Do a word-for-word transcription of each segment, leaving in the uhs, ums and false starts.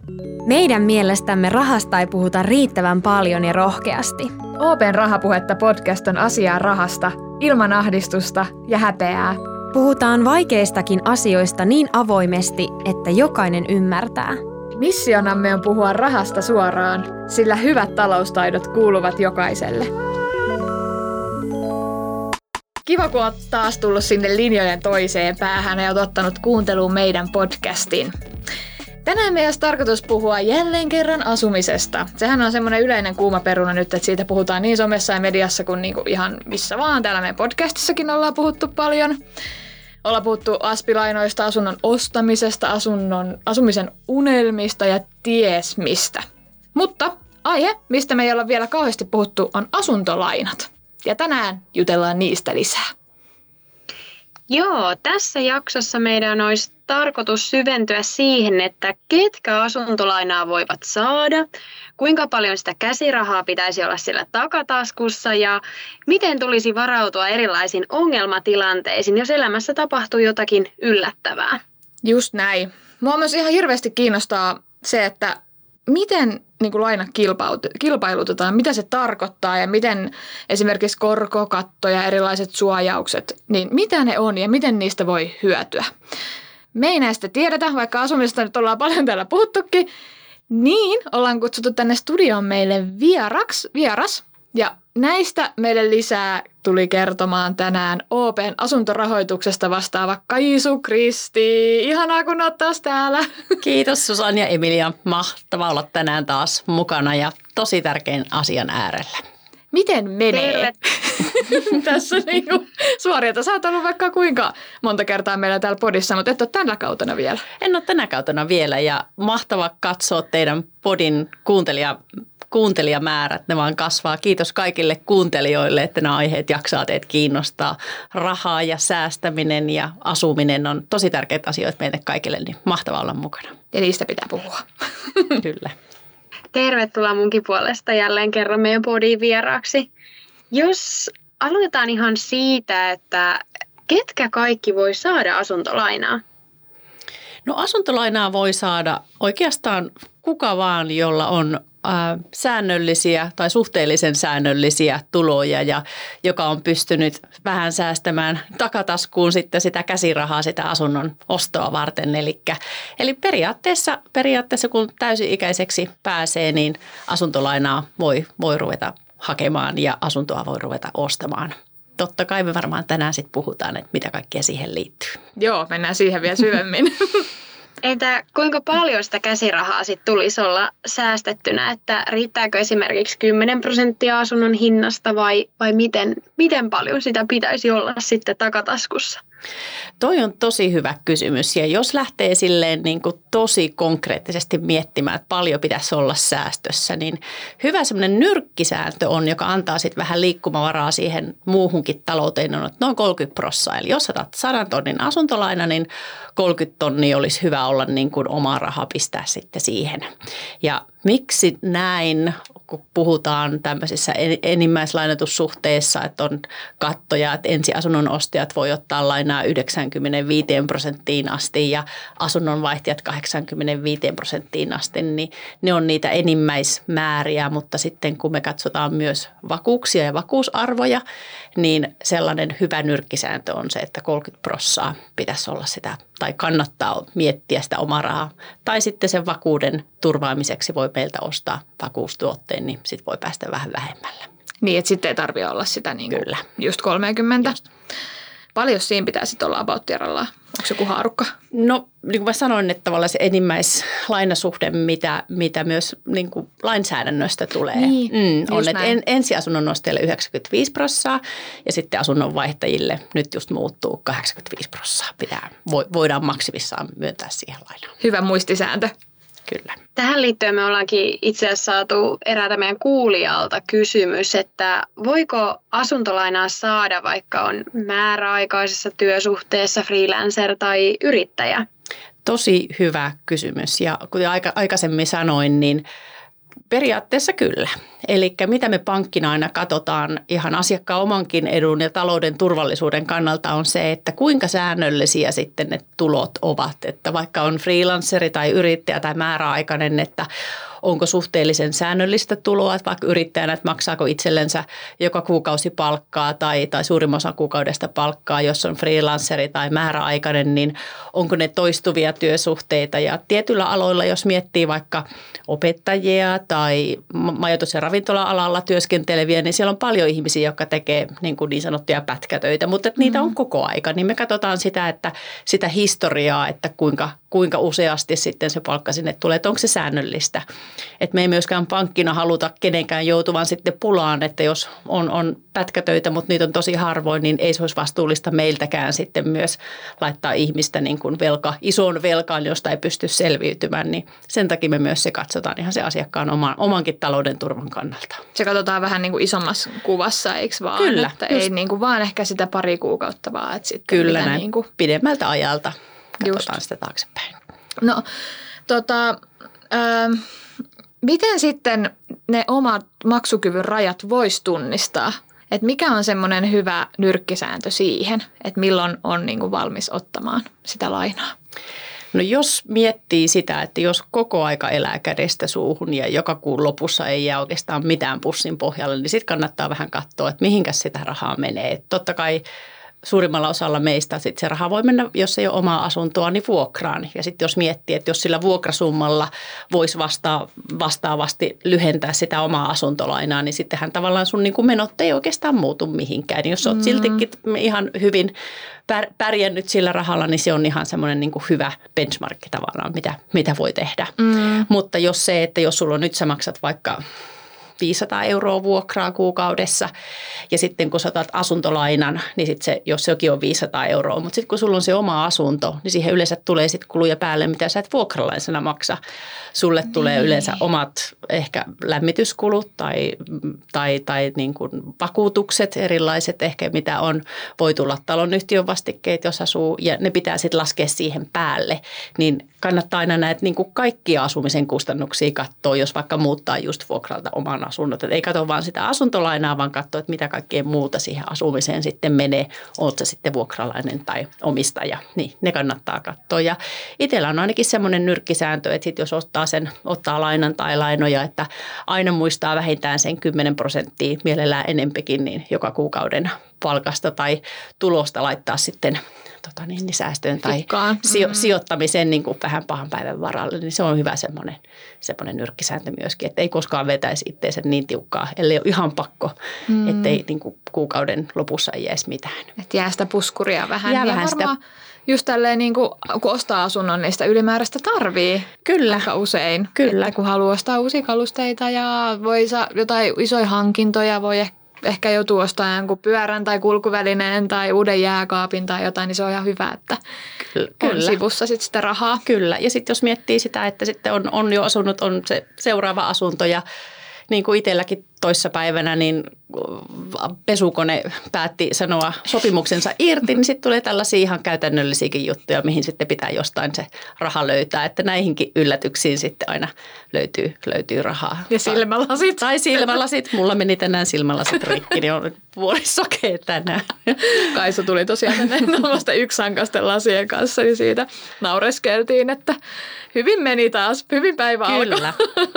Meidän mielestämme rahasta ei puhuta riittävän paljon ja rohkeasti. Open Rahapuhetta podcast on asiaa rahasta, ilman ahdistusta ja häpeää. Puhutaan vaikeistakin asioista niin avoimesti, että jokainen ymmärtää. Missionamme on puhua rahasta suoraan, sillä hyvät taloustaidot kuuluvat jokaiselle. Kiva, kun olet taas tullut sinne linjojen toiseen päähän ja olet ottanut kuunteluun meidän podcastin. Tänään meidän olisi tarkoitus puhua jälleen kerran asumisesta. Sehän on semmoinen yleinen kuuma peruna nyt, että siitä puhutaan niin somessa ja mediassa kuin niinku ihan missä vaan. Täällä meidän podcastissakin ollaan puhuttu paljon. Ollaan puhuttu aspilainoista, asunnon ostamisesta, asunnon, asumisen unelmista ja ties mistä. Mutta aihe, mistä me ei olla vielä kauheasti puhuttu, on asuntolainat. Ja tänään jutellaan niistä lisää. Joo, tässä jaksossa meidän olisi tarkoitus syventyä siihen, että ketkä asuntolainaa voivat saada, kuinka paljon sitä käsirahaa pitäisi olla siellä takataskussa ja miten tulisi varautua erilaisiin ongelmatilanteisiin, jos elämässä tapahtuu jotakin yllättävää. Just näin. Mua myös ihan hirveästi kiinnostaa se, että miten niin kuin laina kilpailutetaan, mitä se tarkoittaa ja miten esimerkiksi korko, katto ja erilaiset suojaukset, niin mitä ne on ja miten niistä voi hyötyä. Me ei näistä tiedetä, vaikka asumisesta nyt ollaan paljon täällä puhuttukin, niin ollaan kutsuttu tänne studioon meille vieraks, vieras. Ja näistä meille lisää tuli kertomaan tänään Open asuntorahoituksesta vastaava Kaisu Kristi. Ihanaa, kun olet taas täällä. Kiitos Susanna ja Emilia. Mahtavaa olla tänään taas mukana ja tosi tärkeän asian äärellä. Miten menee? Tässä niinku suorilta. Sä oot ollut vaikka kuinka monta kertaa meillä täällä podissa, mutta et ole tänä kautena vielä. En ole tänä kautena vielä ja mahtava katsoa teidän podin kuuntelija, kuuntelijamäärät. Ne vaan kasvaa. Kiitos kaikille kuuntelijoille, että nämä aiheet jaksaa teitä kiinnostaa. Rahaa ja säästäminen ja asuminen on tosi tärkeitä asioita meille kaikille, niin mahtavaa olla mukana. Ja niistä pitää puhua. Kyllä. Tervetuloa munkin puolesta jälleen kerran meidän podin vieraaksi. Jos aloitetaan ihan siitä, että ketkä kaikki voi saada asuntolainaa? No asuntolainaa voi saada oikeastaan kuka vaan, jolla on äh, säännöllisiä tai suhteellisen säännöllisiä tuloja ja joka on pystynyt vähän säästämään takataskuun sitten sitä käsirahaa sitä asunnon ostoa varten. Elikkä, eli periaatteessa, periaatteessa kun täysi-ikäiseksi pääsee, niin asuntolainaa voi, voi ruveta hakemaan ja asuntoa voi ruveta ostamaan. Totta kai me varmaan tänään sitten puhutaan, että mitä kaikkea siihen liittyy. Joo, mennään siihen vielä syvemmin. Entä kuinka paljon sitä käsirahaa sitten tulisi olla säästettynä, että riittääkö esimerkiksi kymmenen prosenttia asunnon hinnasta vai, vai miten, miten paljon sitä pitäisi olla sitten takataskussa? Toi on tosi hyvä kysymys ja jos lähtee silleen niin kuin tosi konkreettisesti miettimään, että paljon pitäisi olla säästössä, niin hyvä semmoinen nyrkkisääntö on, joka antaa sitten vähän liikkumavaraa siihen muuhunkin talouteen, on noin kolmekymmentä prosenttia. Eli jos otat sadan tonnin asuntolaina, niin kolmekymmentä tonnia olisi hyvä olla niin kuin oma raha pistää sitten siihen. Ja miksi näin, kun puhutaan tämmöisissä enimmäislainatussuhteissa, että on kattoja, että ensiasunnon ostajat voi ottaa lainaa yhdeksänkymmentäviisi prosenttiin asti ja asunnonvaihtajat kahdeksankymmentäviisi prosenttiin asti, niin ne on niitä enimmäismääriä, mutta sitten kun me katsotaan myös vakuuksia ja vakuusarvoja, niin sellainen hyvä nyrkkisääntö on se, että kolmekymmentä prosenttia pitäisi olla sitä, tai kannattaa miettiä sitä omaa rahaa. Tai sitten sen vakuuden turvaamiseksi voi meiltä ostaa vakuustuotteen, niin sitten voi päästä vähän vähemmällä. Niin, että sitten ei tarvitse olla sitä niin kuin Kyllä. just kolmekymmentä. Just. Paljon siinä pitää sitten olla about-tieralla? Onko se joku haarukka? No, niin kuin mä sanoin, että tavallaan se enimmäislainasuhde, mitä, mitä myös niin kuin lainsäädännöstä tulee, niin, mm, on, että en, ensiasunnon ostajalle yhdeksänkymmentäviisi prosenttia ja sitten asunnonvaihtajille nyt just muuttuu kahdeksankymmentäviisi prosenttia. Pitää, voidaan maksimissaan myöntää siihen lainaan. Hyvä muistisääntö. Kyllä. Tähän liittyen me ollaankin itse asiassa saatu eräältä meidän kuulijalta kysymys, että voiko asuntolainaa saada, vaikka on määräaikaisessa työsuhteessa, freelancer tai yrittäjä? Tosi hyvä kysymys ja kuten aika, aikaisemmin sanoin, niin Periaatteessa kyllä. Eli mitä me pankkina aina katsotaan ihan asiakkaan omankin edun ja talouden turvallisuuden kannalta on se, että kuinka säännöllisiä sitten ne tulot ovat. Että vaikka on freelanceri tai yrittäjä tai määräaikainen, että onko suhteellisen säännöllistä tuloa, että vaikka yrittäjänä, että maksaako itsellensä joka kuukausi palkkaa tai, tai suurimman osan kuukaudesta palkkaa, jos on freelanceri tai määräaikainen, niin onko ne toistuvia työsuhteita. Ja tietyillä aloilla, jos miettii vaikka opettajia tai majoitus- ja ravintola-alalla työskenteleviä, niin siellä on paljon ihmisiä, jotka tekee niin, kuin niin sanottuja pätkätöitä, mutta että niitä on koko aika. Niin me katsotaan sitä, että sitä historiaa, että kuinka, kuinka useasti sitten se palkka sinne tulee, että onko se säännöllistä. Että me ei myöskään pankkina haluta kenenkään joutuvan sitten pulaan, että jos on, on pätkätöitä, mutta niitä on tosi harvoin, niin ei se olisi vastuullista meiltäkään sitten myös laittaa ihmistä niin kuin velka, isoon velkaan, josta ei pysty selviytymään. Niin sen takia me myös se katsotaan ihan se asiakkaan oman, omankin talouden turvan kannalta. Se katsotaan vähän niin kuin isommassa kuvassa, eikö vaan? Kyllä. Että ei niin kuin vaan ehkä sitä pari kuukautta vaan. Että sitten Kyllä näin. Niin kuin Pidemmältä ajalta katsotaan Just. sitä taaksepäin. No tota... Ähm, Miten sitten ne omat maksukyvyn rajat voisi tunnistaa? Et mikä on semmoinen hyvä nyrkkisääntö siihen, että milloin on niin kuin valmis ottamaan sitä lainaa? No jos miettii sitä, että jos koko aika elää kädestä suuhun ja joka kuun lopussa ei jää oikeastaan mitään pussin pohjalle, niin sitten kannattaa vähän katsoa, että mihinkäs sitä rahaa menee. Et totta kai suurimmalla osalla meistä sit se raha voi mennä, jos ei ole omaa asuntoa, niin vuokraan. Ja sitten jos miettii, että jos sillä vuokrasummalla voisi vasta- vastaavasti lyhentää sitä omaa asuntolainaa, niin sittenhän tavallaan sun niin kuin menot ei oikeastaan muutu mihinkään. Jos olet mm. siltikin ihan hyvin pär- pärjännyt sillä rahalla, niin se on ihan semmoinen niin kuin hyvä benchmark tavallaan, mitä, mitä voi tehdä. Mm. Mutta jos se, että jos sulla on nyt sä maksat vaikka viisisataa euroa vuokraa kuukaudessa ja sitten kun sä otat asuntolainan, niin sit se, jos sekin on viisisataa euroa, mutta sitten kun sulla on se oma asunto, niin siihen yleensä tulee sitten kuluja päälle, mitä sä et vuokralaisena maksa. Sulle niin. tulee yleensä omat ehkä lämmityskulut tai, tai, tai niin kuin vakuutukset erilaiset ehkä, mitä on. Voi tulla talonyhtiön vastikkeet, jos asuu ja ne pitää sitten laskea siihen päälle, niin kannattaa aina näitä niin kuin kaikkia asumisen kustannuksia katsoa, jos vaikka muuttaa just vuokralta oman asunnot. Et ei katso vaan sitä asuntolainaa, vaan katso, että mitä kaikkea muuta siihen asumiseen sitten menee. Oletko sitten vuokralainen tai omistaja, niin ne kannattaa katsoa. Ja itsellä on ainakin semmoinen nyrkkisääntö, että sit jos ottaa, sen, ottaa lainan tai lainoja, että aina muistaa vähintään sen kymmenen prosenttia, mielellään enempikin, niin joka kuukauden palkasta tai tulosta laittaa sitten tota niin, niin säästöön tai sijo- sijoittamiseen niin kuin vähän pahan päivän varalle, niin se on hyvä semmoinen, semmoinen nyrkkisääntö myöskin, että ei koskaan vetäisi itseensä niin tiukkaa, ellei ole ihan pakko, mm. ettei niin kuin kuukauden lopussa ei jäisi mitään. Että jää sitä puskuria vähän. Jää ja vähän varmaan sitä. Just tälleen, niin kuin, kun ostaa asunnon, niin sitä ylimääräistä tarvii. Kyllä. Aika usein. Kyllä. Että kun haluaa ostaa uusia kalusteita ja voi saa jotain isoja hankintoja, voi ehkä Ehkä joutuu ostamaan jonkun pyörän tai kulkuvälineen tai uuden jääkaapin tai jotain, niin se on ihan hyvä, että Kyllä. on sivussa sit sitä rahaa. Kyllä, ja sitten jos miettii sitä, että sitten on, on jo asunut, on se seuraava asunto ja niin kuin itselläkin toissapäivänä, niin pesukone päätti sanoa sopimuksensa irti, niin sitten tulee tällaisia ihan käytännöllisiäkin juttuja, mihin sitten pitää jostain se raha löytää. Että näihinkin yllätyksiin sitten aina löytyy, löytyy rahaa. Ja silmälasit. Tai silmälasit. Mulla meni tänään silmälasit rikki, niin on vuorisokea tänään. Kaisu tuli tosiaan tänne tuommoista yksihankasten lasien kanssa, niin siitä naureskeltiin, että hyvin meni taas, hyvin päivä alkoi. Kyllä.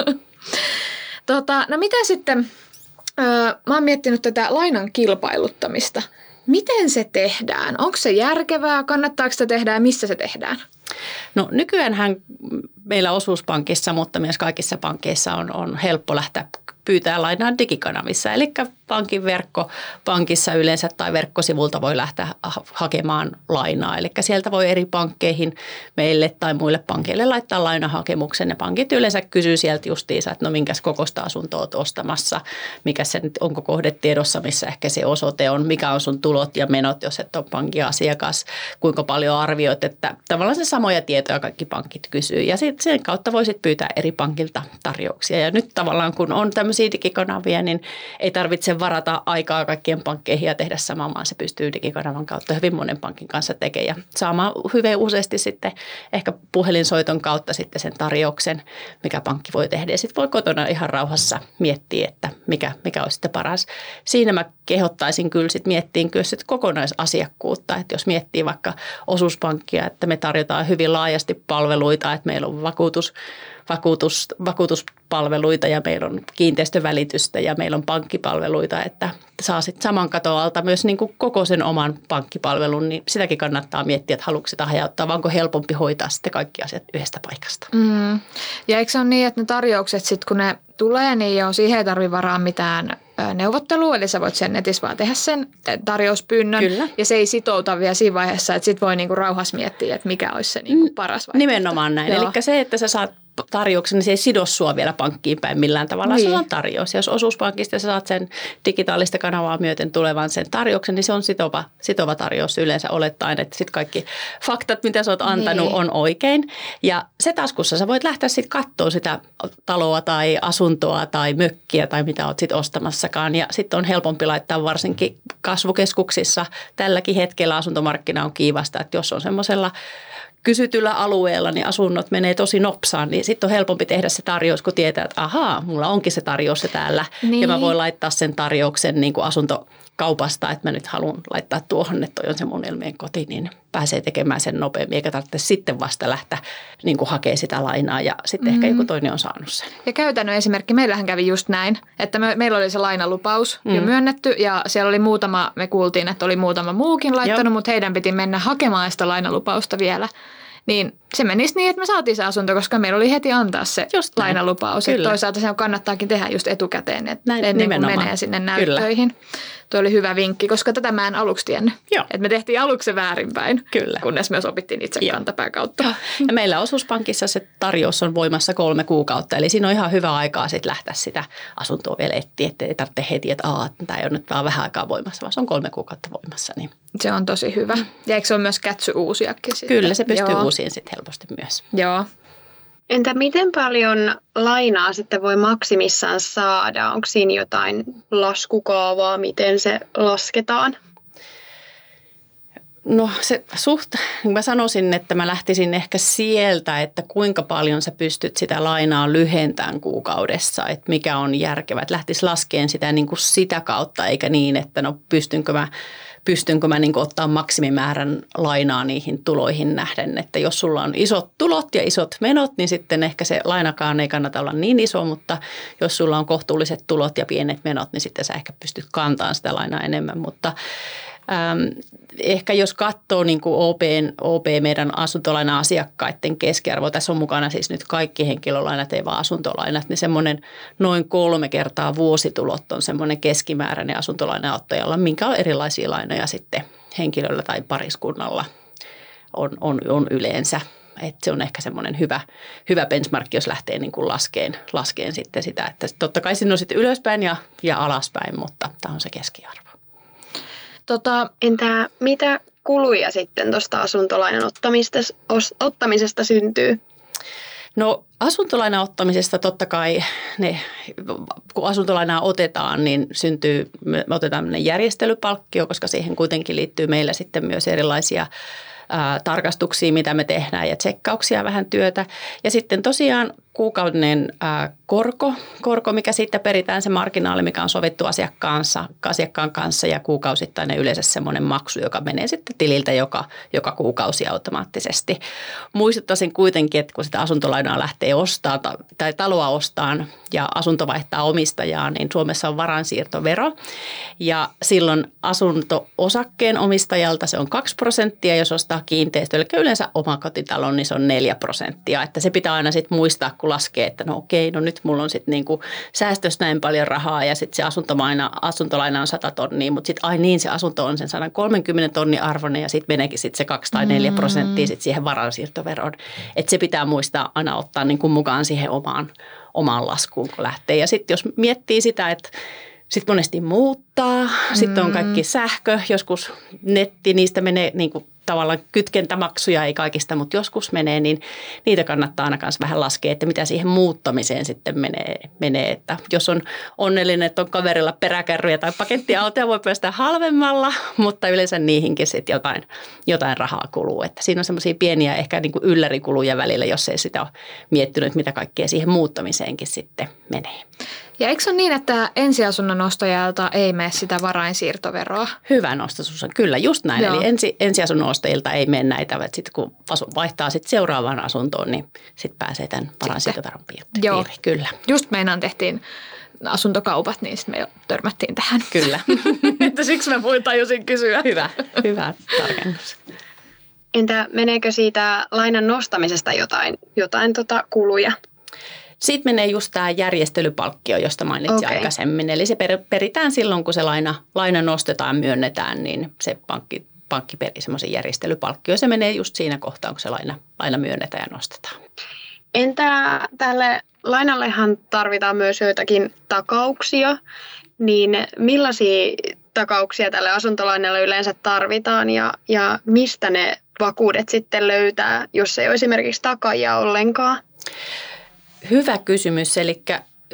Tota, no mitä sitten, öö, mä oon miettinyt tätä lainan kilpailuttamista. Miten se tehdään? Onko se järkevää? Kannattaako sitä tehdä ja missä se tehdään? No nykyäänhän meillä osuuspankissa, mutta myös kaikissa pankeissa on, on helppo lähteä pyytää lainaa digikanavissa. Eli pankin verkkopankissa yleensä tai verkkosivulta voi lähteä hakemaan lainaa. Eli sieltä voi eri pankkeihin meille tai muille pankeille laittaa lainahakemuksen. Ja pankit yleensä kysyy sieltä justiinsa, että no minkäs kokoista asuntoa olet ostamassa, mikä se nyt, onko kohdetiedossa, missä ehkä se osoite on, mikä on sun tulot ja menot, jos et ole pankin asiakas, kuinka paljon arvioit, että tavallaan se samoja tietoja kaikki pankit kysyy. Ja sitten sen kautta voisit pyytää eri pankilta tarjouksia. Ja nyt tavallaan kun on tämmöisiä digikanavia, niin ei tarvitse varata aikaa kaikkien pankkeihin ja tehdä samaa, vaan se pystyy digikanavan kautta hyvin monen pankin kanssa tekemään ja saamaan hyvin useasti sitten ehkä puhelinsoiton kautta sitten sen tarjouksen, mikä pankki voi tehdä. Ja sitten voi kotona ihan rauhassa miettiä, että mikä, mikä olisi sitten paras. Siinä mä kehottaisin kyllä sitten miettiä kyllä sit kokonaisasiakkuutta, että jos miettii vaikka osuuspankkia, että me tarjotaan hyvin laajasti palveluita, että meillä on vakuutus, vakuutus, vakuutuspalveluita ja meillä on kiinteistövälitystä ja meillä on pankkipalveluita, että saa sitten saman katon alta myös niin kuin koko sen oman pankkipalvelun, niin sitäkin kannattaa miettiä, että haluatko sitä hajauttaa, vaan onko helpompi hoitaa sitten kaikki asiat yhdestä paikasta. Mm. Ja eikö se ole niin, että ne tarjoukset sitten kun ne tulee, niin jo siihen ei tarvitse varaa mitään neuvottelua, eli sä voit sen netissä vaan tehdä sen tarjouspyynnön. Kyllä. Ja se ei sitouta vielä siinä vaiheessa, että sit voi niinku rauhassa miettiä, että mikä olisi se niinku paras vaihtoehto. Nimenomaan näin. Eli se, että sä saat tarjouksen, niin se ei sido sua vielä pankkiin päin millään tavalla. Niin. Se on tarjous. Ja jos osuuspankista sä saat sen digitaalista kanavaa myöten tulevan sen tarjouksen, niin se on sitova, sitova tarjous yleensä olettaen, että sitten kaikki faktat, mitä sä oot antanut, niin. on oikein. Ja se taskussa sä voit lähteä sitten katsoa sitä taloa tai asuntoa tai mökkiä tai mitä oot sitten ostamassakaan. Ja sitten on helpompi laittaa varsinkin kasvukeskuksissa. Tälläkin hetkellä asuntomarkkina on kiivasta, että jos on semmoisella kysytyllä alueella, niin asunnot menee tosi nopsaan, niin sitten on helpompi tehdä se tarjous, kun tietää, että ahaa, mulla onkin se tarjous täällä. Niin. Ja mä voin laittaa sen tarjouksen niin kuin asuntokaupasta, että mä nyt haluan laittaa tuohon, että toi on se mun elmien koti, niin pääsee tekemään sen nopeammin, eikä tarvitse sitten vasta lähteä niin kuin hakemaan sitä lainaa ja sitten mm-hmm. ehkä joku toinen on saanut sen. Ja käytännön esimerkki, meillähän kävi just näin, että me, meillä oli se lainalupaus mm. jo myönnetty ja siellä oli muutama, me kuultiin, että oli muutama muukin laittanut, Joo. mutta heidän piti mennä hakemaan sitä lainalupausta vielä. Niin se menisi niin, että me saatiin se asunto, koska meillä oli heti antaa se just lainalupaus. Että toisaalta se kannattaakin tehdä just etukäteen, että näin, ennen nimenomaan. Kuin menee sinne näyttöihin. Kyllä. Tuo oli hyvä vinkki, koska tätä mä en aluksi tiennyt. Joo. Että me tehtiin aluksi se väärinpäin, Kyllä. kunnes myös opittiin itse Joo. kantapään kautta. Joo. Ja meillä osuuspankissa se tarjous on voimassa kolme kuukautta, eli siinä on ihan hyvä aikaa sitten lähteä sitä asuntoa vielä etsiä, että ei tarvitse heti, että aah, tämä ei ole nyt vaan vähän aikaa voimassa, vaan se on kolme kuukautta voimassa. Niin. Se on tosi hyvä. Ja eikö se ole myös kätsy uusiakin sitten? Kyllä, se pystyy Joo. uusiin sitten helposti myös. Joo. Entä miten paljon lainaa sitten voi maksimissaan saada? Onko siinä jotain laskukaavaa, miten se lasketaan? No se suht, mä sanoisin, että mä lähtisin ehkä sieltä, että kuinka paljon sä pystyt sitä lainaa lyhentämään kuukaudessa, että mikä on järkevää. Että lähtisi laskeen sitä niin kuin sitä kautta, eikä niin, että no pystynkö mä, pystynkö mä niin kuin ottaa maksimimäärän lainaa niihin tuloihin nähden. Että jos sulla on isot tulot ja isot menot, niin sitten ehkä se lainakaan ei kannata olla niin iso, mutta jos sulla on kohtuulliset tulot ja pienet menot, niin sitten sä ehkä pystyt kantamaan sitä lainaa enemmän, mutta Ähm, ehkä jos katsoo niin kuin O P, O P meidän asuntolaina-asiakkaiden keskiarvo, tässä on mukana siis nyt kaikki henkilölainat, ei vaan asuntolainat, niin semmoinen noin kolme kertaa vuositulot on semmoinen keskimääräinen asuntolainaottajalla, minkä on erilaisia lainoja sitten henkilöllä tai pariskunnalla on, on, on yleensä. Että se on ehkä semmoinen hyvä, hyvä benchmark, jos lähtee niin kuin laskeen, laskeen sitten sitä, että totta kai siinä on sitten ylöspäin ja, ja alaspäin, mutta tämä on se keskiarvo. Tota, entä mitä kuluja sitten tuosta asuntolainan ottamisesta, ottamisesta syntyy? No asuntolainan ottamisesta totta kai, ne, kun asuntolainaa otetaan, niin syntyy, me otetaan järjestelypalkkio, koska siihen kuitenkin liittyy meillä sitten myös erilaisia ää, tarkastuksia, mitä me tehdään ja tsekkauksia, vähän työtä. Ja sitten tosiaan kuukaudinen ää, korko, korko, mikä sitten peritään se marginaali, mikä on sovittu asiakkaansa, asiakkaan kanssa ja kuukausittainen yleensä semmoinen maksu, joka menee sitten tililtä joka, joka kuukausi automaattisesti. Muistuttaisin kuitenkin, että kun sitä asuntolainaa lähtee ostamaan tai taloa ostaan ja asunto vaihtaa omistajaa, niin Suomessa on varainsiirtovero ja silloin asunto-osakkeen omistajalta se on kaksi prosenttia, jos ostaa kiinteistö, eli yleensä omakotitalon, niin se on neljä prosenttia, että se pitää aina sitten muistaa, kun laskee, että no okei, no nyt mulla on sitten niinku säästössä näin paljon rahaa ja sitten se asuntolaina, asuntolaina on sata tonnia, mutta sitten ai niin, se asunto on sen sata kolmekymmentä tonnin arvoinen ja sitten meneekin sitten se kaksi tai neljä prosenttia sitten siihen varainsiirtoveroon. Että se pitää muistaa aina ottaa niinku mukaan siihen omaan, omaan laskuun, kun lähtee. Ja sitten jos miettii sitä, että sitten monesti muuttaa, sitten on kaikki sähkö, joskus netti, niistä menee niin kuin tavallaan kytkentämaksuja ei kaikista, mutta joskus menee, niin niitä kannattaa aina myös vähän laskea, että mitä siihen muuttamiseen sitten menee. menee. Että jos on onnellinen, että on kaverilla peräkärryjä tai pakettiautoja, voi päästä halvemmalla, mutta yleensä niihinkin sitten jotain, jotain rahaa kuluu. Että siinä on semmoisia pieniä ehkä niin kuin yllärikuluja välillä, jos ei sitä ole miettinyt, mitä kaikkea siihen muuttamiseenkin sitten menee. Ja eikö se ole niin, että ensiasunnon ostajalta ei mene sitä varainsiirtoveroa? Hyvä nosto, Susan. Kyllä, just näin. Joo. Eli ensi, ensiasunnon ostajilta ei mene näitä, että sitten kun vaihtaa sit seuraavaan asuntoon, niin sitten pääsee tämän varainsiirtoveron piiriin. Kyllä. Just meinaan tehtiin asuntokaupat, niin sitten me jo törmättiin tähän. Kyllä. Että siksi mä voin tajusin kysyä. Hyvä, hyvä tarkennus. Entä meneekö siitä lainan nostamisesta jotain, jotain tota kuluja? Sitten menee just tämä järjestelypalkkio, josta mainitsin Okay. aikaisemmin. Eli se per, peritään silloin, kun se laina, laina nostetaan, myönnetään, niin se pankki, pankki perii semmoisen järjestelypalkkio. Se menee just siinä kohtaa, kun se laina, laina myönnetään ja nostetaan. Entä tälle lainallehan tarvitaan myös joitakin takauksia, niin millaisia takauksia tälle asuntolainalle yleensä tarvitaan ja, ja mistä ne vakuudet sitten löytää, jos ei ole esimerkiksi takaajia ollenkaan? Hyvä kysymys. Eli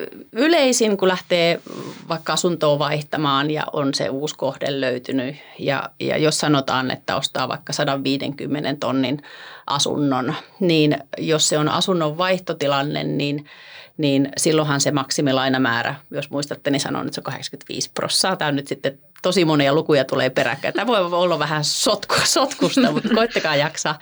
yleisin, kun lähtee vaikka asuntoa vaihtamaan ja on se uusi kohde löytynyt ja, ja jos sanotaan, että ostaa vaikka sata viisikymmentä tonnin asunnon, niin jos se on asunnon vaihtotilanne, niin niin silloinhan se maksimilainamäärä, jos muistatte, niin sanon, että se on kahdeksankymmentäviisi prosenttia. Tämä on nyt sitten tosi monia lukuja tulee peräkkäin. Tämä voi olla vähän sotku, sotkusta, mutta koittakaa jaksaa.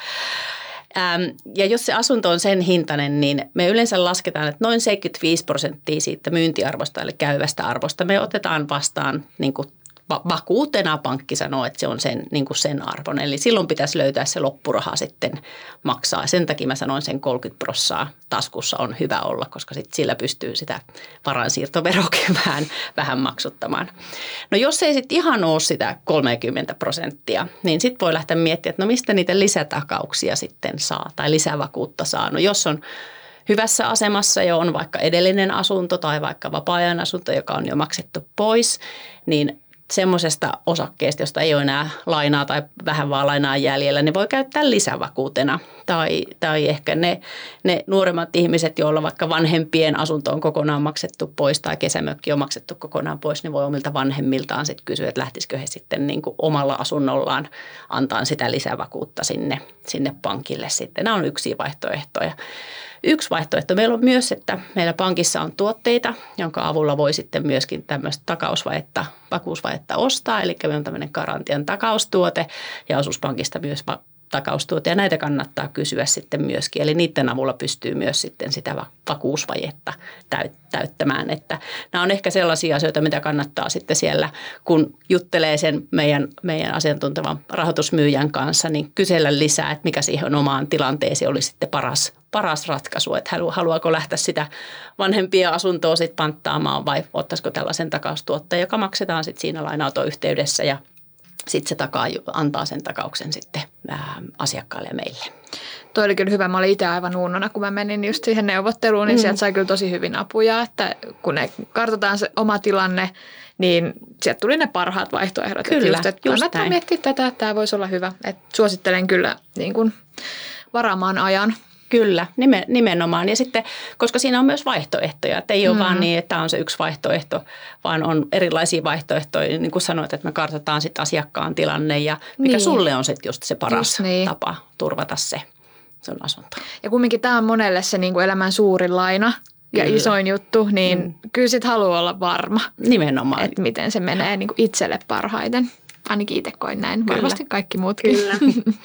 Ähm, ja jos se asunto on sen hintainen, niin me yleensä lasketaan, että noin seitsemänkymmentäviisi prosenttia siitä myyntiarvosta eli käyvästä arvosta me otetaan vastaan niin kuin vakuutena. Pankki sanoo, että se on sen, niin kuin sen arvon. Eli silloin pitäisi löytää se loppuraha sitten maksaa. Sen takia mä sanoin sen kolmekymmentä prosenttia taskussa on hyvä olla, koska sit sillä pystyy sitä varainsiirtoverokin vähän, vähän maksuttamaan. No jos ei sitten ihan ole sitä kolmekymmentä prosenttia, niin sitten voi lähteä miettimään, että no mistä niitä lisätakauksia sitten saa tai lisävakuutta saa. No jos on hyvässä asemassa ja on vaikka edellinen asunto tai vaikka vapaa-ajan asunto, joka on jo maksettu pois, niin semmoisesta osakkeesta, josta ei ole enää lainaa tai vähän vaan lainaa jäljellä, niin voi käyttää lisävakuutena. Tai, tai ehkä ne, ne nuoremmat ihmiset, joilla vaikka vanhempien asunto on kokonaan maksettu pois tai kesämökki on maksettu kokonaan pois, niin voi omilta vanhemmiltaan sitten kysyä, että lähtisikö he sitten niin kuin omalla asunnollaan antaa sitä lisävakuutta sinne, sinne pankille sitten. Nämä on yksi vaihtoehtoja. Yksi vaihtoehto meillä on myös, että meillä pankissa on tuotteita, jonka avulla voi sitten myöskin tämmöistä takausvajetta, vakuusvajetta ostaa. Eli meillä on tämmöinen garantian takaustuote ja osuuspankista myös takaustuote ja näitä kannattaa kysyä sitten myöskin. Eli niiden avulla pystyy myös sitten sitä vakuusvajetta täyttämään. Että nämä on ehkä sellaisia asioita, mitä kannattaa sitten siellä, kun juttelee sen meidän, meidän asiantuntevan rahoitusmyyjän kanssa, niin kysellä lisää, että mikä siihen omaan tilanteeseen olisi sitten paras, paras ratkaisu. Että haluaako lähteä sitä vanhempia asuntoa sitten panttaamaan vai ottaisiko tällaisen takaustuotteen, joka maksetaan sitten siinä lainanoton yhteydessä ja sitten se takaa, antaa sen takauksen sitten ää, asiakkaalle ja meille. Toi oli kyllä hyvä. Mä olin itse aivan uunona, kun mä menin just siihen neuvotteluun, niin mm. sieltä sai kyllä tosi hyvin apuja, että kun ne kartoitetaan se oma tilanne, niin sieltä tuli ne parhaat vaihtoehdot. Kyllä, että just, että just kannattaa näin. miettiä tätä, että tämä voisi olla hyvä. Et suosittelen kyllä niin kuin varaamaan ajan. Kyllä, nimenomaan. Ja sitten, koska siinä on myös vaihtoehtoja, että ei ole mm. vaan niin, että tämä on se yksi vaihtoehto, vaan on erilaisia vaihtoehtoja. Niin kuin sanoit, että me kartoitetaan sitten asiakkaan tilanne ja mikä niin. sulle on sitten just se paras just niin. tapa turvata se sun asunto. Ja kumminkin tämä on monelle se niin kuin elämän suurin laina ja kyllä. isoin juttu, niin mm. kyllä sit haluaa olla varma. Nimenomaan. Että miten se menee niin kuin itselle parhaiten. Ainakin itse koin näin, kyllä. Varmasti kaikki muutkin. Kyllä.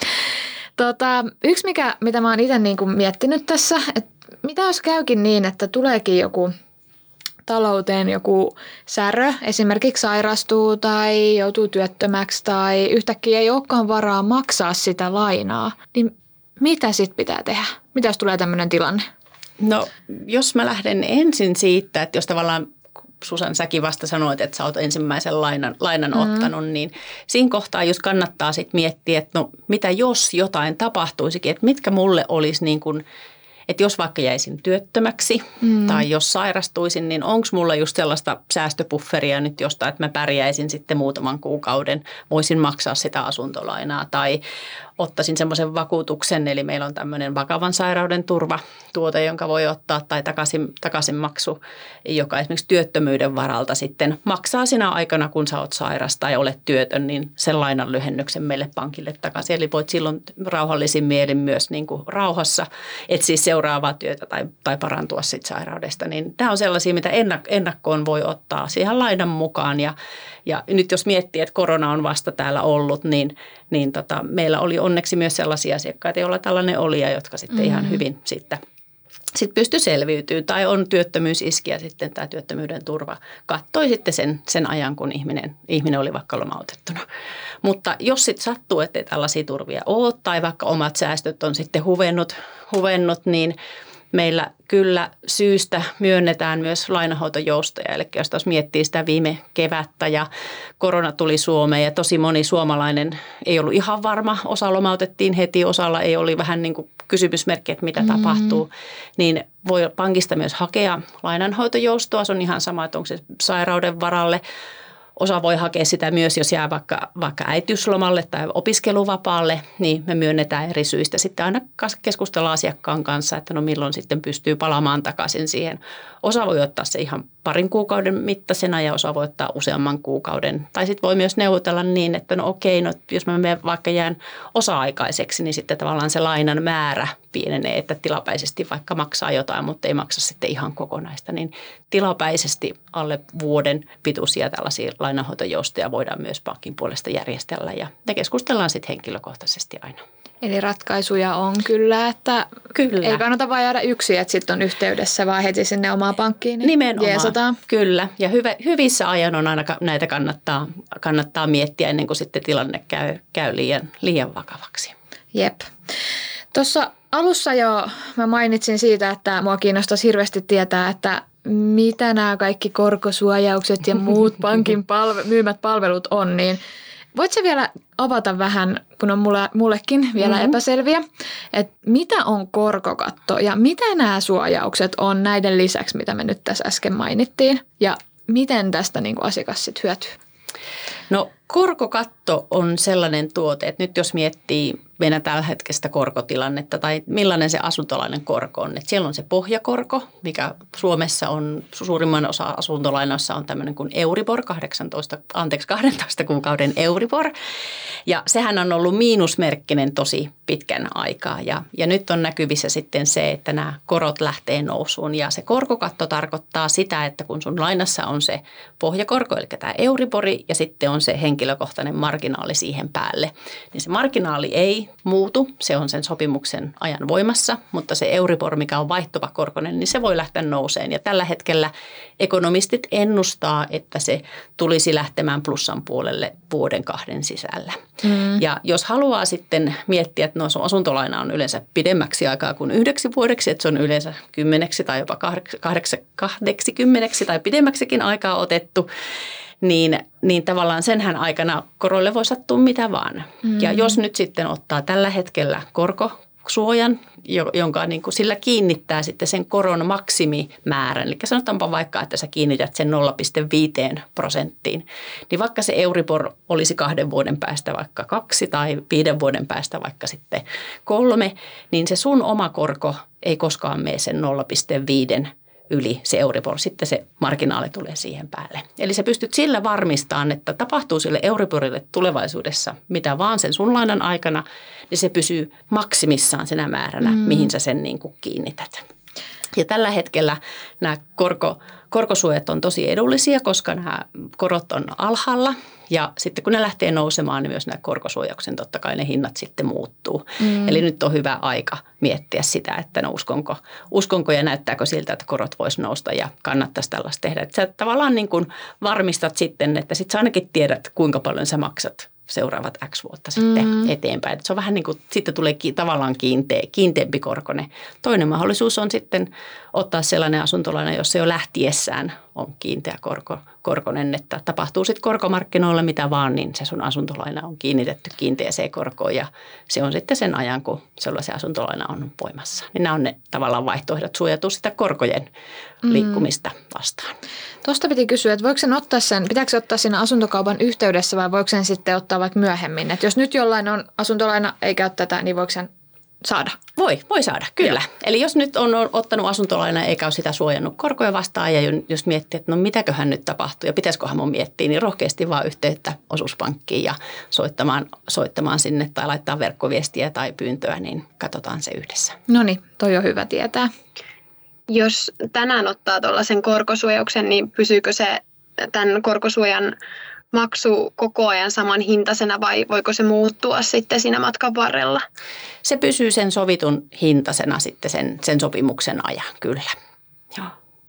Tota, yksi, mikä, mitä mä oon itse niin kuin miettinyt tässä, että mitä jos käykin niin, että tuleekin joku talouteen joku särö, esimerkiksi sairastuu tai joutuu työttömäksi tai yhtäkkiä ei olekaan varaa maksaa sitä lainaa, niin mitä sitten pitää tehdä? Mitä jos tulee tämmöinen tilanne? No jos mä lähden ensin siitä, että jos tavallaan Susan, säkin vasta sanoit, että sä oot ensimmäisen lainan, lainan mm. ottanut, niin siinä kohtaa just kannattaa sitten miettiä, että no mitä jos jotain tapahtuisikin, että mitkä mulle olisi niin kuin, että jos vaikka jäisin työttömäksi mm. tai jos sairastuisin, niin onko mulla just sellaista säästöpufferia nyt jostain, että mä pärjäisin sitten muutaman kuukauden, voisin maksaa sitä asuntolainaa tai ottaisin semmoisen vakuutuksen, eli meillä on tämmöinen vakavan sairauden turvatuote, jonka voi ottaa, tai takaisin, takaisinmaksu, joka esimerkiksi työttömyyden varalta sitten maksaa sinä aikana, kun sä oot sairas tai olet työtön, niin sen lainan lyhennyksen meille pankille takaisin. Eli voit silloin rauhallisin mielin myös niin kuin rauhassa etsiä seuraavaa työtä tai, tai parantua sit sairaudesta. Niin nämä on sellaisia, mitä ennakkoon voi ottaa siihen lainan mukaan. Ja, ja nyt jos miettii, että korona on vasta täällä ollut, niin, niin tota, meillä oli onneksi myös sellaisia asiakkaita, joilla tällainen oli ja jotka sitten mm-hmm. ihan hyvin sitten sitten pystyi selviytymään tai on työttömyysiski ja sitten tämä työttömyyden turva kattoi sitten sen, sen ajan, kun ihminen, ihminen oli vaikka lomautettuna. Mutta jos sitten sattuu, ettei tällaisia turvia ole tai vaikka omat säästöt on sitten huvennut, huvennut niin meillä kyllä syystä myönnetään myös lainahoitojoustoja. Eli jos taas miettii sitä viime kevättä ja korona tuli Suomeen ja tosi moni suomalainen ei ollut ihan varma. Osa lomautettiin heti, osalla ei oli vähän niin kuin kysymysmerkki, että mitä mm. tapahtuu. Niin voi pankista myös hakea lainanhoitojoustoa. Se on ihan sama, että onko se sairauden varalle. Osa voi hakea sitä myös, jos jää vaikka, vaikka äitiyslomalle tai opiskeluvapaalle, niin me myönnetään eri syistä. Sitten aina keskustellaan asiakkaan kanssa, että no milloin sitten pystyy palaamaan takaisin siihen. Osa voi ottaa se ihan parin kuukauden mittaisena ja osa voi ottaa useamman kuukauden. Tai sitten voi myös neuvotella niin, että no okei, no jos mä menen vaikka jään osa-aikaiseksi, niin sitten tavallaan se lainan määrä pienenee, että tilapäisesti vaikka maksaa jotain, mutta ei maksa sitten ihan kokonaista. Niin tilapäisesti alle vuoden pituisia tällaisia lainanhoitojoustoja voidaan myös pankin puolesta järjestellä ja ne keskustellaan sitten henkilökohtaisesti aina. Eli ratkaisuja on kyllä, että kyllä. Ei kannata vaan jäädä yksin, että sitten on yhteydessä, vaan heti sinne omaan pankkiin. Niin nimenomaan, jeesataan. Kyllä. Ja hyvä, hyvissä ajan on aina näitä kannattaa, kannattaa miettiä ennen kuin sitten tilanne käy, käy liian, liian vakavaksi. Jep. Tuossa alussa jo mä mainitsin siitä, että mua kiinnostaisi hirveästi tietää, että mitä nämä kaikki korkosuojaukset ja muut pankin palve- myymät palvelut on, niin voitko vielä avata vähän, kun on mulle, mullekin vielä mm-hmm. epäselviä, että mitä on korkokatto ja mitä nämä suojaukset on näiden lisäksi, mitä me nyt tässä äsken mainittiin ja miten tästä niin kuin asiakas sitten hyötyy? No korkokatto on sellainen tuote, että nyt jos miettii meidän tällä hetkestä korkotilannetta tai millainen se asuntolainen korko on. Että siellä on se pohjakorko, mikä Suomessa on suurimman osa asuntolainoissa on tämmöinen kuin Euribor, kahdeksantoista, anteeksi kahdentoista kuukauden Euribor. Ja sehän on ollut miinusmerkkinen tosi pitkän aikaa ja, ja nyt on näkyvissä sitten se, että nämä korot lähtee nousuun. Ja se korkokatto tarkoittaa sitä, että kun sun lainassa on se pohjakorko, eli tämä Euribori ja sitten on se henkilökohtainen marginaali siihen päälle, niin se marginaali ei muutu, se on sen sopimuksen ajan voimassa, mutta se Euribor, mikä on vaihtuva korkoinen, niin se voi lähteä nouseen. Ja tällä hetkellä ekonomistit ennustaa, että se tulisi lähtemään plussan puolelle vuoden kahden sisällä. Mm. Ja jos haluaa sitten miettiä, että no asuntolaina on yleensä pidemmäksi aikaa kuin yhdeksi vuodeksi, että se on yleensä kymmeneksi tai jopa kahdeksi kymmeneksi tai pidemmäksikin aikaa otettu, Niin, niin tavallaan senhän aikana koroille voi sattua mitä vaan. Mm. Ja jos nyt sitten ottaa tällä hetkellä korkosuojan, jonka niin kuin sillä kiinnittää sitten sen koron maksimimäärän. Eli sanotaanpa vaikka, että sä kiinnität sen nolla pilkku viisi prosenttiin. Niin vaikka se Euribor olisi kahden vuoden päästä vaikka kaksi tai viiden vuoden päästä vaikka sitten kolme, niin se sun oma korko ei koskaan mene sen nolla pilkku viisi yli se Euribor, sitten se marginaali tulee siihen päälle. Eli sä pystyt sillä varmistamaan, että tapahtuu sille Euriborille tulevaisuudessa mitä vaan sen sun lainan aikana, niin se pysyy maksimissaan senä määränä, mm. mihin sä sen niin kuin kiinnität. Ja tällä hetkellä nämä korko, korkosuojat on tosi edullisia, koska nämä korot on alhaalla. Ja sitten kun ne lähtee nousemaan, niin myös nämä korkosuojauksen totta kai ne hinnat sitten muuttuu. Mm. Eli nyt on hyvä aika miettiä sitä, että no uskonko, uskonko ja näyttääkö siltä, että korot voisi nousta ja kannattaisi tällaista tehdä. Että sä tavallaan niin kuin varmistat sitten, että sit sä ainakin tiedät, kuinka paljon sä maksat seuraavat X vuotta sitten mm. eteenpäin. Että se on vähän niin kuin, sitten tulee tavallaan kiinteä, kiinteämpi korkoinen. Toinen mahdollisuus on sitten ottaa sellainen asuntolaina, jossa jo lähtiessään on kiinteä korko, korkoinen, että tapahtuu sitten korkomarkkinoilla mitä vaan, niin se sun asuntolaina on kiinnitetty kiinteäseen korkoon ja se on sitten sen ajan, kun sellaisen asuntolaina on voimassa. Niin nämä on ne tavallaan vaihtoehdot suojata sitä korkojen liikkumista vastaan. Tuosta piti kysyä, että voiko sen ottaa sen, pitääkö se ottaa siinä asuntokaupan yhteydessä vai voiko sen sitten ottaa vaikka myöhemmin? Että jos nyt jollain on asuntolaina eikä ole tätä, niin voiko sen saada? Voi, voi saada, kyllä. Joo. Eli jos nyt on ottanut asuntolainaa eikä ole sitä suojannut korkoja vastaan ja jos miettii, että no mitäköhän nyt tapahtuu ja pitäisiköhän mun miettiä, niin rohkeasti vaan yhteyttä osuuspankkiin ja soittamaan, soittamaan sinne tai laittaa verkkoviestiä tai pyyntöä, niin katsotaan se yhdessä. No niin, toi on hyvä tietää. Jos tänään ottaa tuollaisen korkosuojauksen, niin pysyykö se tämän korkosuojan maksu koko ajan saman hintaisena vai voiko se muuttua sitten siinä matkan varrella? Se pysyy sen sovitun hintaisena sitten sen, sen sopimuksen ajan, kyllä. Joo.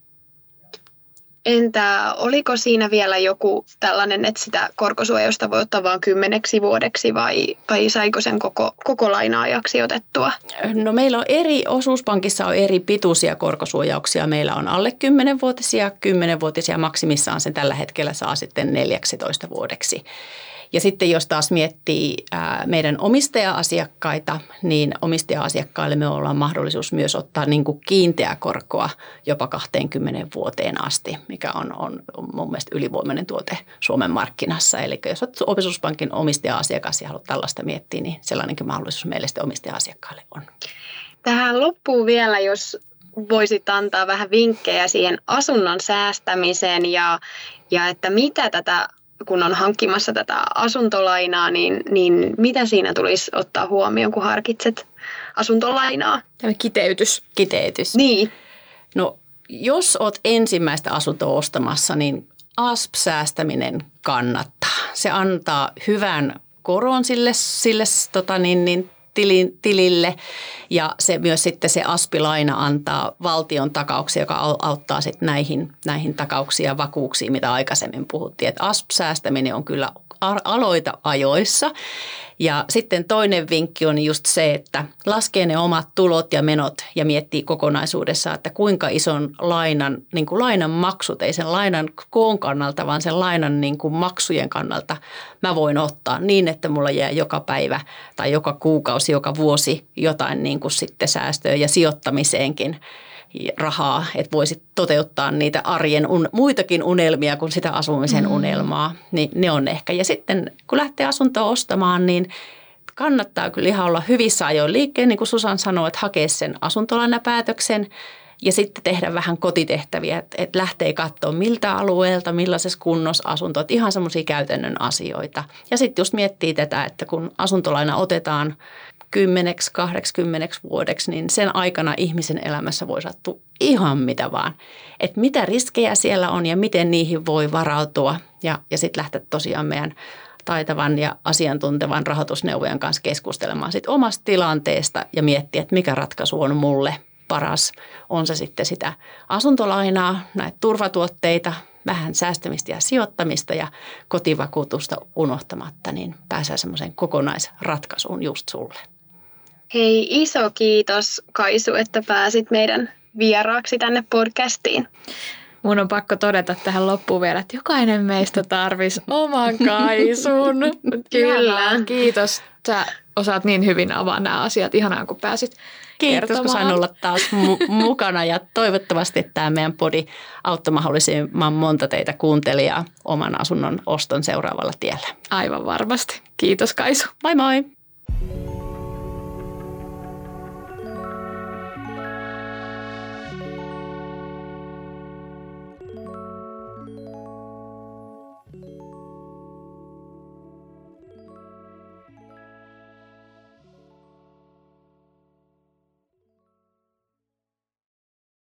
Entä oliko siinä vielä joku tällainen, että sitä korkosuojausta voi ottaa vain kymmeneksi vuodeksi vai, vai saiko sen koko, koko laina-ajaksi otettua? No meillä on eri, osuuspankissa on eri pituisia korkosuojauksia. Meillä on alle kymmenvuotisia, kymmenvuotisia maksimissaan sen tällä hetkellä saa sitten neljätoista vuodeksi. Ja sitten jos taas miettii ää, meidän omistaja-asiakkaita, niin omistaja-asiakkaille me ollaan mahdollisuus myös ottaa niin kuin kiinteää korkoa jopa kaksikymmentä vuoteen asti, mikä on, on mun mielestä ylivoimainen tuote Suomen markkinassa. Eli jos olet osuuspankin omistaja-asiakas ja haluat tällaista miettiä, niin sellainenkin mahdollisuus meille sitten omistaja-asiakkaille on. Tähän loppuu vielä, jos voisit antaa vähän vinkkejä siihen asunnon säästämiseen ja, ja että mitä tätä kun on hankkimassa tätä asuntolainaa, niin, niin mitä siinä tulisi ottaa huomioon, kun harkitset asuntolainaa? Tämä kiteytys. Kiteytys. Niin. No, jos olet ensimmäistä asuntoa ostamassa, niin A S P-säästäminen kannattaa. Se antaa hyvän koron sille, sille tota niin, niin, tilille ja se myös sitten se A S P-laina antaa valtion takauksia, joka auttaa sitten näihin, näihin takauksiin ja vakuuksiin, mitä aikaisemmin puhuttiin. Että A S P-säästäminen on kyllä aloita ajoissa. Ja sitten toinen vinkki on just se, että laskee ne omat tulot ja menot ja miettii kokonaisuudessaan, että kuinka ison lainan, niin kuin lainan maksut, ei sen lainan koon kannalta, vaan sen lainan niin kuin maksujen kannalta mä voin ottaa niin, että mulla jää joka päivä tai joka kuukausi, joka vuosi jotain niin kuin sitten säästöä ja sijoittamiseenkin rahaa, että voisit toteuttaa niitä arjen un, muitakin unelmia kuin sitä asumisen mm. unelmaa, niin ne on ehkä. Ja sitten kun lähtee asuntoa ostamaan, niin kannattaa kyllä ihan olla hyvissä ajoin liikkeen, niin kuin Susan sanoi, että hakea sen asuntolainapäätöksen ja sitten tehdä vähän kotitehtäviä, että, että lähtee katsoa miltä alueelta, millaisessa kunnossa asunto, että ihan semmoisia käytännön asioita. Ja sitten just miettii tätä, että kun asuntolaina otetaan kymmeneksi, kahdeksikymmeneksi vuodeksi, niin sen aikana ihmisen elämässä voi sattua ihan mitä vaan. Että mitä riskejä siellä on ja miten niihin voi varautua ja, ja sitten lähteä tosiaan meidän taitavan ja asiantuntevan rahoitusneuvojan kanssa keskustelemaan sit omasta tilanteesta ja miettiä, että mikä ratkaisu on mulle paras. On se sitten sitä asuntolainaa, näitä turvatuotteita, vähän säästämistä ja sijoittamista ja kotivakuutusta unohtamatta, niin pääsee semmoiseen kokonaisratkaisuun just sulle. Hei, iso kiitos Kaisu, että pääsit meidän vieraaksi tänne podcastiin. Mun on pakko todeta tähän loppuun vielä, että jokainen meistä tarvisi oman Kaisun. Kyllä. Kiitos. Sä osaat niin hyvin avaa nämä asiat. Ihanaa, kun pääsit Kiitos, kertomaan. kun sain olla taas mu- mukana ja toivottavasti tämä meidän podi auttoi mahdollisimman monta teitä kuuntelijaa oman asunnon oston seuraavalla tiellä. Aivan varmasti. Kiitos Kaisu. Moi moi!